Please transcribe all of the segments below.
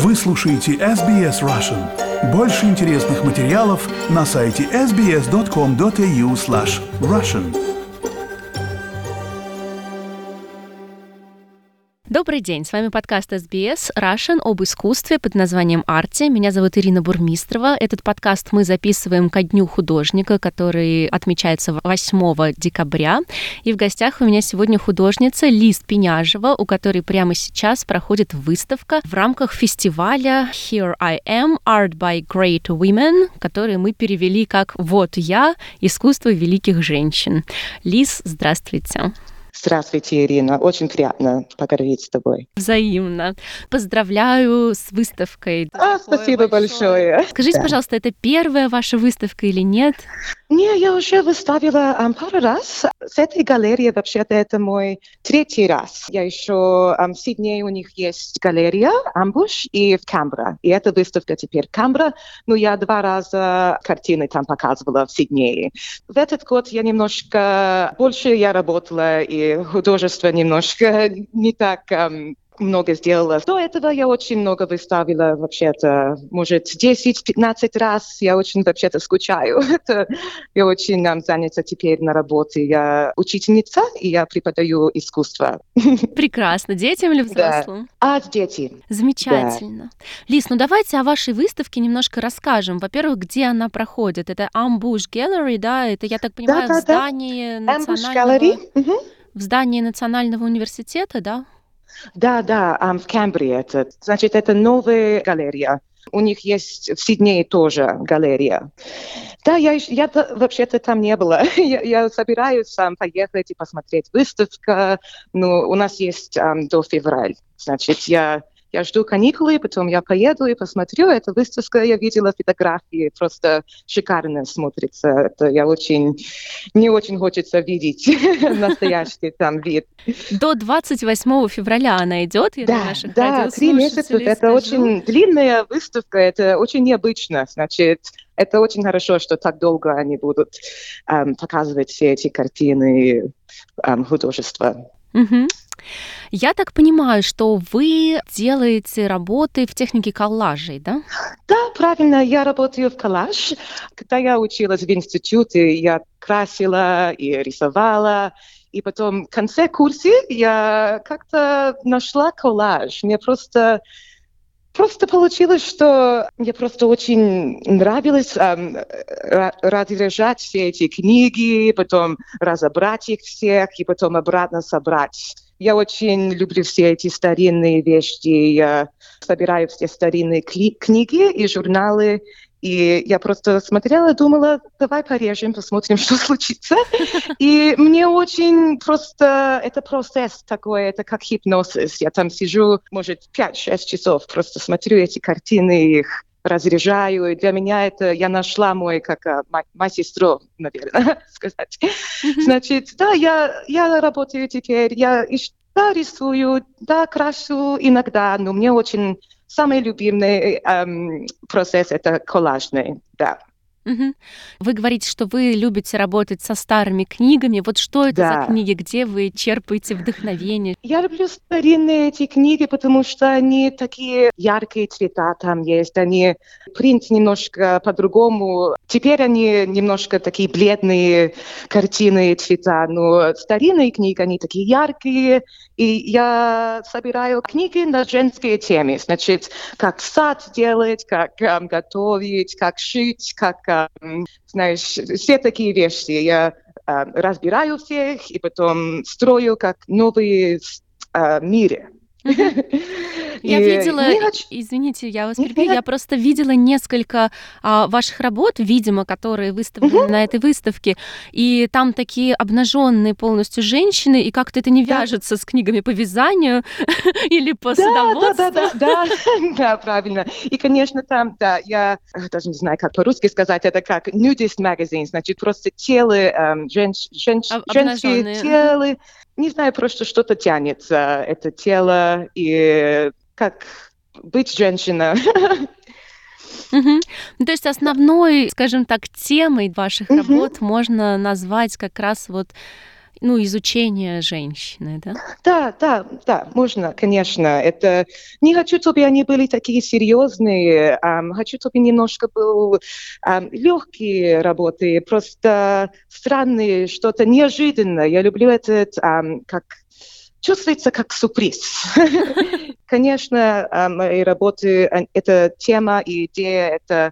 Вы слушаете SBS Russian. Больше интересных материалов на сайте sbs.com.au/russian. Добрый день, с вами подкаст SBS Russian об искусстве под названием «Арти». Меня зовут Ирина Бурмистрова. Этот подкаст мы записываем ко Дню художника, который отмечается 8 декабря. И в гостях у меня сегодня художница Лиз Пеняжева, у которой прямо сейчас проходит выставка в рамках фестиваля Here I Am Art by Great Women, который мы перевели как «Вот я. Искусство великих женщин». Лиз, здравствуйте. Здравствуйте, Ирина. Очень приятно поговорить с тобой. Взаимно. Поздравляю с выставкой. Спасибо большое. Скажите, пожалуйста, это первая ваша выставка или нет? Не, я уже выставила пару раз. С этой галереей вообще-то это мой третий раз. Я еще в Сиднее у них есть галерея Амбуш и в Камбра. И эта выставка теперь Камбра. Но я 2 раза картины там показывала в Сиднее. В этот год я немножко больше работала, и художество немножко не так много сделала. До этого я очень много выставила, вообще-то, может, 10-15 раз. Я очень, вообще-то, скучаю. Я очень занята теперь на работе. Я учительница, и я преподаю искусство. Прекрасно. Детям или взрослым? Да. Дети. Замечательно. Да. Лиз, давайте о вашей выставке немножко расскажем. Во-первых, где она проходит? Это Ambush Gallery, да? Это, я так понимаю, в здании национального... В здании Национального университета, да? Да, в Камбре. Значит, это новая галерея. У них есть в Сиднее тоже галерея. Да, я вообще-то там не была. Я собираюсь поехать и посмотреть выставку. Но у нас есть до февраля. Значит, я жду каникулы, потом я поеду и посмотрю. Эта выставка, я видела фотографии, просто шикарно смотрится. Это не очень хочется видеть настоящий там вид. До 28 февраля она идет, я для наших радиослушателей 3 месяца. Это очень длинная выставка, это очень необычно. Значит, это очень хорошо, что так долго они будут показывать все эти картины художества. Угу. Я так понимаю, что вы делаете работы в технике коллажей, да? Да, правильно, я работаю в коллаж. Когда я училась в институте, я красила и рисовала. И потом в конце курса я как-то нашла коллаж. Мне просто получилось, что мне просто очень нравилось разряжать все эти книги, потом разобрать их всех и потом обратно собрать. Я очень люблю все эти старинные вещи. Я собираю все старинные книги и журналы. И я просто смотрела, думала, давай порежем, посмотрим, что случится. И мне очень это процесс такой, это как гипноз. Я там сижу, может, 5-6 часов, просто смотрю эти картины, их разряжаю. И для меня это, я нашла мою сестру, наверное, сказать. Значит, да, я работаю теперь, я рисую, крашу иногда, но мне очень... Самый любимый процесс — это коллажный, да. Угу. Вы говорите, что вы любите работать со старыми книгами. Вот что это за книги, где вы черпаете вдохновение? Я люблю старинные эти книги, потому что они такие яркие цвета там есть. Они принт немножко по-другому. Теперь они немножко такие бледные картины и цвета. Но старинные книги, они такие яркие. И я собираю книги на женские темы. Значит, как сад делать, как готовить, как шить, как, знаешь, все такие вещи. Я разбираю всех и потом строю как новые миры. Я видела, извините, я вас перебью, я просто видела несколько ваших работ, видимо, которые выставлены на этой выставке, и там такие обнаженные полностью женщины, и как-то это не вяжется с книгами по вязанию или по садоводству. Да, правильно. И, конечно, там, да, я даже не знаю, как по-русски сказать, это как nudist magazine, значит, просто тело, женские тела. Не знаю, просто что-то тянется, это тело, и как быть женщиной. То есть основной, скажем так, темой ваших работ можно назвать как раз вот Ну, изучение женщины, да? Да, можно, конечно. Это не хочу, чтобы они были такие серьезные. Хочу, чтобы немножко был легкие работы, просто странные, что-то неожиданное. Я люблю этот, как чувствуется как сюрприз. Конечно, мои работы, эта тема и идея, это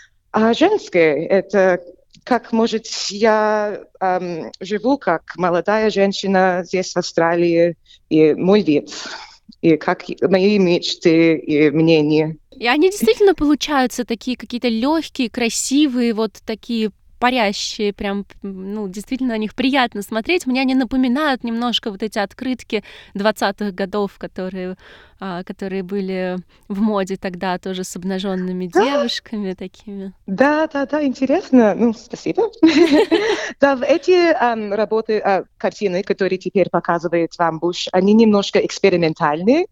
женская, это как, может, я живу как молодая женщина здесь, в Австралии, и мой вид, и как мои мечты и мнения. И они действительно получаются такие какие-то легкие, красивые, вот такие парящие, прям, ну, действительно на них приятно смотреть. Мне они напоминают немножко вот эти открытки 20-х годов, которые были в моде тогда, тоже с обнаженными девушками такими. Да, интересно. Ну, спасибо. Да, эти работы, картины, которые теперь показывает вам Буш, они немножко экспериментальные.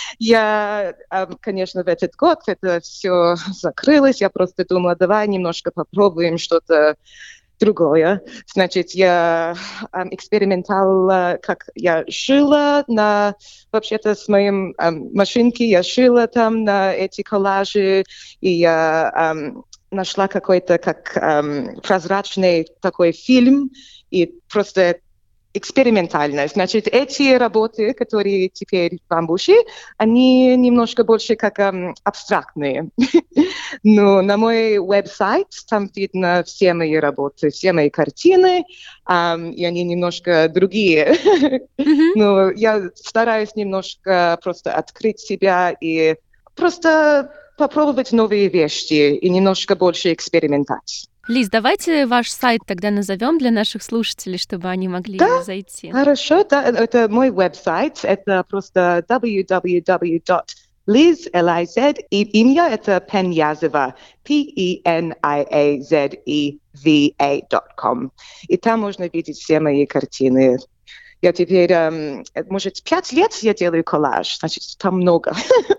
Я, конечно, в этот год это все закрылось. Я просто думала, давай немножко попробуем что-то другое. Значит, я экспериментала, как я шила вообще-то с моим машинки, я шила там на эти коллажи, и я нашла какой-то как прозрачный такой фильм, и просто экспериментально. Значит, эти работы, которые теперь в бамбуше, они немножко больше как абстрактные. Но на мой веб-сайт там видно все мои работы, все мои картины, и они немножко другие. Но я стараюсь немножко просто открыть себя и просто попробовать новые вещи и немножко больше экспериментать. Лиз, давайте ваш сайт тогда назовем для наших слушателей, чтобы они могли зайти. Хорошо, да, это мой веб-сайт, это просто www.liz, L-I-Z, и имя это Пеньязева, PENIAZEVA.com. И там можно видеть все мои картины. Я теперь, может, 5 лет я делаю коллаж, значит, там много.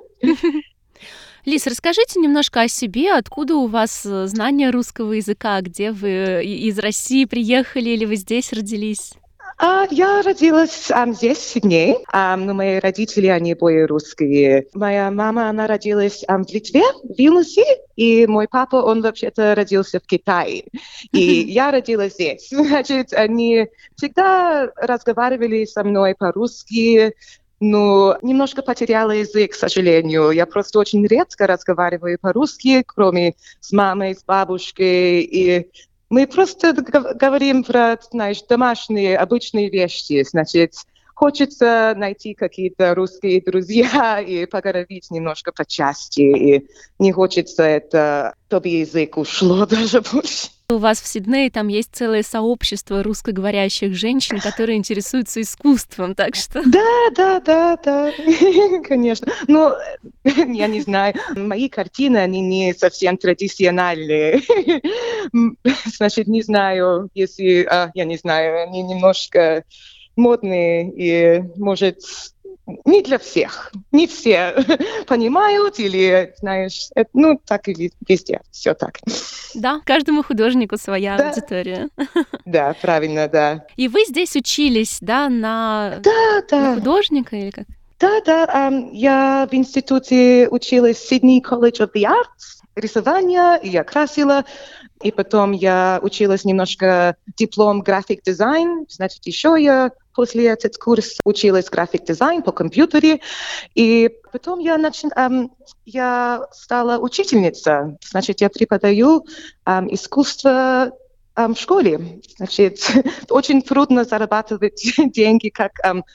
Лиз, расскажите немножко о себе, откуда у вас знание русского языка, где вы из России приехали или вы здесь родились? Я родилась здесь, в Сиднее, но мои родители, они обои русские. Моя мама, она родилась в Литве, в Вильнюсе, и мой папа, он вообще-то родился в Китае. И я родилась здесь. Значит, они всегда разговаривали со мной по-русски, но немножко потеряла язык, к сожалению. Я просто очень редко разговариваю по-русски, кроме с мамой, с бабушкой. И мы просто говорим про, знаешь, домашние, обычные вещи. Значит, хочется найти какие-то русские друзья и поговорить немножко почаще. И не хочется это, чтобы язык ушло даже больше. У вас в Сиднее там есть целое сообщество русскоговорящих женщин, которые интересуются искусством, так что... Да, конечно. Но я не знаю, мои картины, они не совсем традиционные. Значит, не знаю, если, я не знаю, они немножко модные и, может, не для всех. Не все понимают или, знаешь, ну, так и везде, все так. Да, каждому художнику своя аудитория. Да, правильно, да. И вы здесь учились, да, на художника или как? Да, я в институте училась в Sydney College of the Arts, рисование, и я красила, и потом я училась немножко диплом график-дизайн, значит, еще я после этого курса училась график-дизайн по компьютере, и потом я стала учительницей, значит, я преподаю искусство в школе. Значит, очень трудно зарабатывать деньги как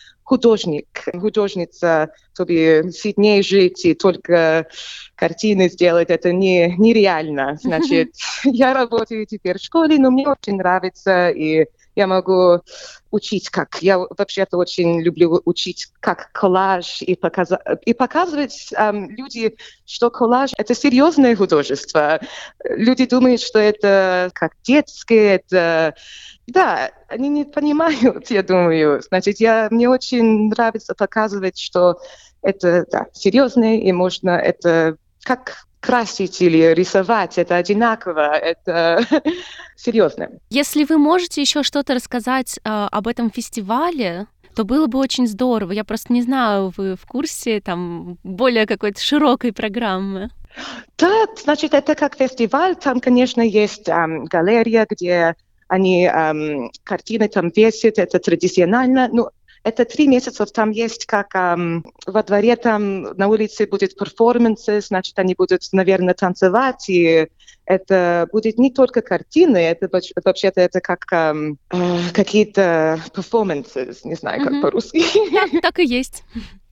художница, чтобы в Сиднее жить и только картины сделать, это нереально. Значит, я работаю теперь в школе, но мне очень нравится, и я могу учить как. Я вообще-то очень люблю учить как коллаж и показывать людям, что коллаж — это серьезное художество. Люди думают, что это как детское, это... Да, они не понимают, я думаю. Значит, мне очень нравится показывать, что это серьезное, и можно это как красить или рисовать, это одинаково, это серьезно. Если вы можете еще что-то рассказать об этом фестивале, то было бы очень здорово. Я просто не знаю, вы в курсе там более какой-то широкой программы? Да, значит, это как фестиваль, там, конечно, есть галерея, где они картины там весят, это традиционально, ну, это 3 месяца, там есть как во дворе, там на улице будет перформансы, значит, они будут, наверное, танцевать, и это будет не только картины, это вообще-то это как какие-то performances, не знаю, как по-русски. Да, так и есть.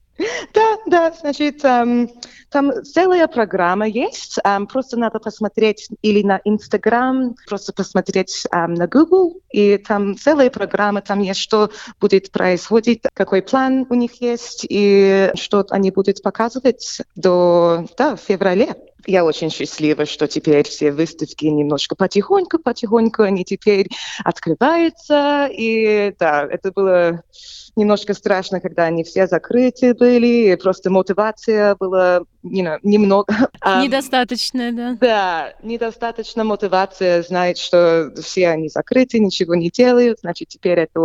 Да, значит, там целая программа есть, просто надо посмотреть или на Instagram, просто посмотреть на Google, и там целая программа, там есть, что будет происходить, какой план у них есть, и что они будут показывать до февраля. Я очень счастлива, что теперь все выставки немножко потихоньку они теперь открываются, и да, это было немножко страшно, когда они все закрыты были, и просто мотивация была немного. Недостаточная, да. Да, недостаточно мотивация знать, что все они закрыты, ничего не делают, значит, теперь это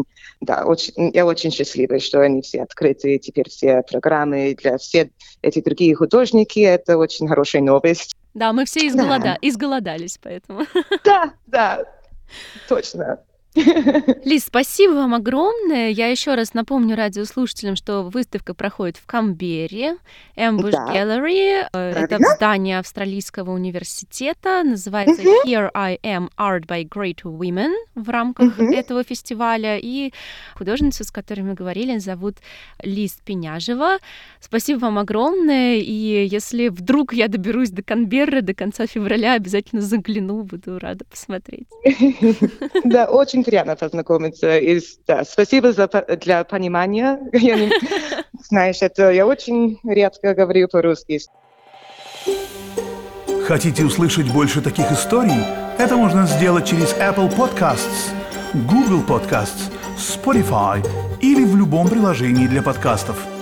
я очень счастлива, что они все открыты, и теперь все программы для всех эти другие художники, это очень хорошая новость. Да, мы все изголодались, поэтому. Да, точно. Лиз, спасибо вам огромное. Я еще раз напомню радиослушателям, что выставка проходит в Канберре, Ambush Gallery. Это здание Австралийского университета. Называется Here I Am Art by Great Women в рамках этого фестиваля. И художницу, с которой мы говорили, зовут Лиз Пеняжева. Спасибо вам огромное. И если вдруг я доберусь до Канберры до конца февраля, обязательно загляну, буду рада посмотреть. Да, очень приятно познакомиться. И, спасибо для понимания. Знаешь, это я очень редко говорю по-русски. Хотите услышать больше таких историй? Это можно сделать через Apple Podcasts, Google Podcasts, Spotify или в любом приложении для подкастов.